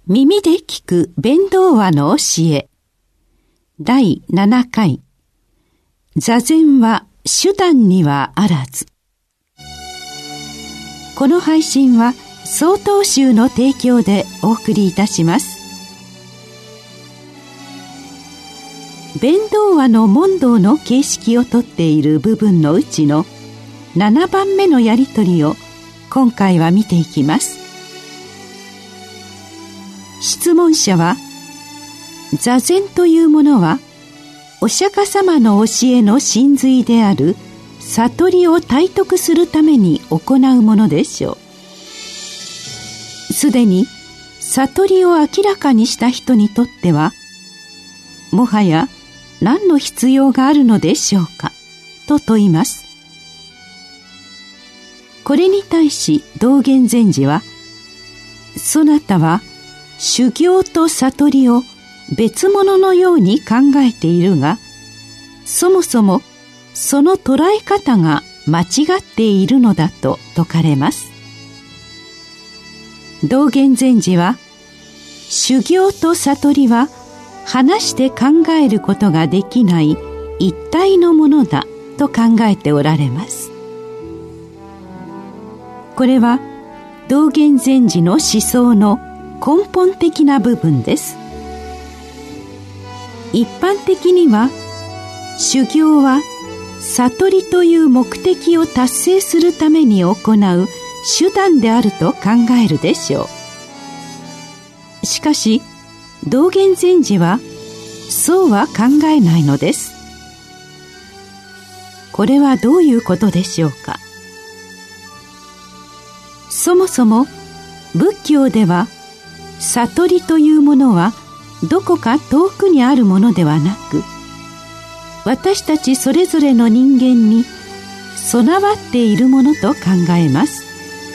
耳で聞く弁道話の教え第7回座禅は手段にはあらず。この配信は曹洞宗の提供でお送りいたします。弁道話の問答の形式をとっている部分のうちの7番目のやりとりを今回は見ていきます。質問者は、座禅というものはお釈迦様の教えの真髄である悟りを体得するために行うものでしょう。すでに悟りを明らかにした人にとっては、もはや何の必要があるのでしょうかと問います。これに対し道元禅師は、そなたは修行と悟りを別物のように考えているが、そもそもその捉え方が間違っているのだと説かれます。道元禅師は、修行と悟りは離して考えることができない一体のものだと考えておられます。これは道元禅師の思想の根本的な部分です。一般的には修行は悟りという目的を達成するために行う手段であると考えるでしょう。しかし道元禅師はそうは考えないのです。これはどういうことでしょうか。そもそも仏教では悟りというものはどこか遠くにあるものではなく、私たちそれぞれの人間に備わっているものと考えます。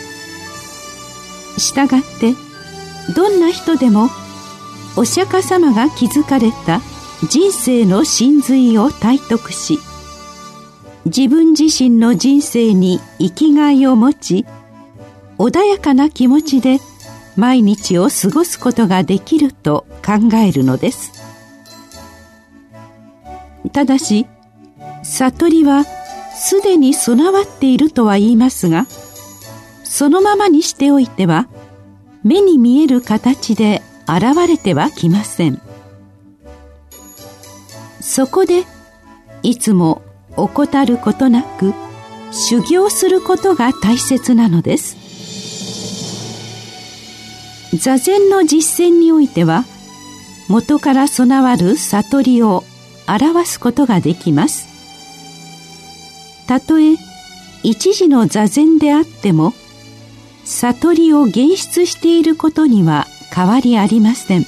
したがってどんな人でもお釈迦様が築かれた人生の真髄を体得し、自分自身の人生に生きがいを持ち、穏やかな気持ちで毎日を過ごすことができると考えるのです。ただし悟りはすでに備わっているとは言いますが、そのままにしておいては目に見える形で現れてはきません。そこでいつも怠ることなく修行することが大切なのです。座禅の実践においては、元から備わる悟りを表すことができます。たとえ一時の座禅であっても、悟りを現出していることには変わりありません。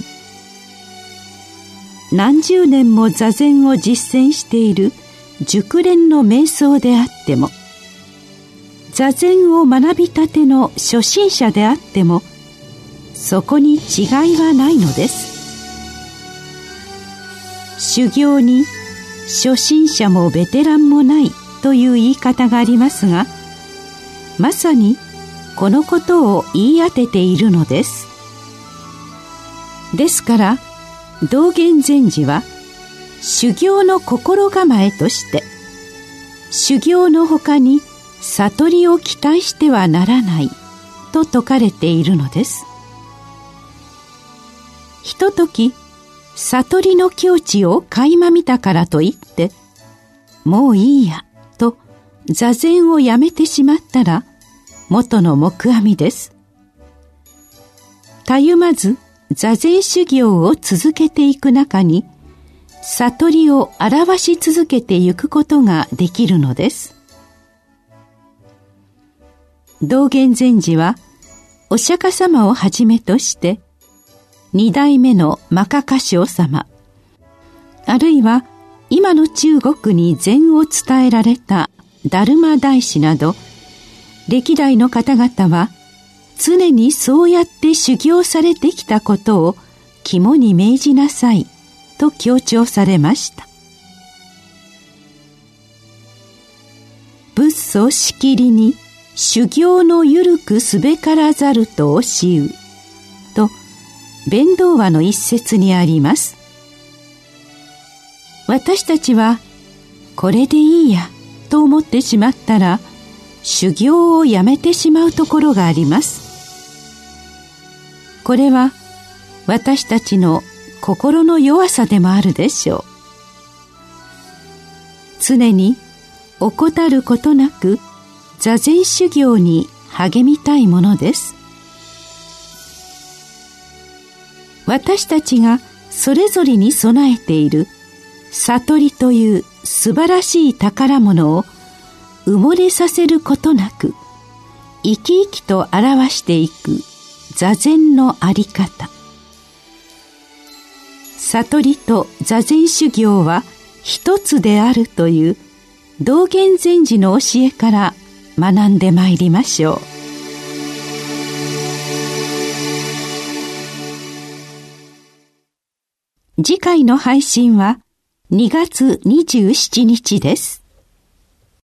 何十年も座禅を実践している熟練の瞑想であっても、座禅を学びたての初心者であっても、そこに違いはないのです。修行に初心者もベテランもないという言い方がありますが、まさにこのことを言い当てているのです。ですから道元禅師は修行の心構えとして、修行のほかに悟りを期待してはならないと説かれているのです。ひととき悟りの境地を垣間見たからといって、もういいやと座禅をやめてしまったら元の木阿弥です。たゆまず座禅修行を続けていく中に、悟りを表し続けていくことができるのです。道元禅師はお釈迦様をはじめとして二代目の摩訶迦葉様、あるいは今の中国に禅を伝えられた達磨大師など、歴代の方々は常にそうやって修行されてきたことを肝に銘じなさいと強調されました。仏祖しきりに修行のゆるくすべからざると教うと弁道話の一節にあります。私たちはこれでいいやと思ってしまったら修行をやめてしまうところがあります。これは私たちの心の弱さでもあるでしょう。常に怠ることなく座禅修行に励みたいものです。私たちがそれぞれに備えている悟りという素晴らしい宝物を埋もれさせることなく生き生きと表していく座禅のあり方。悟りと座禅修行は一つであるという道元禅師の教えから学んでまいりましょう。次回の配信は2月27日です。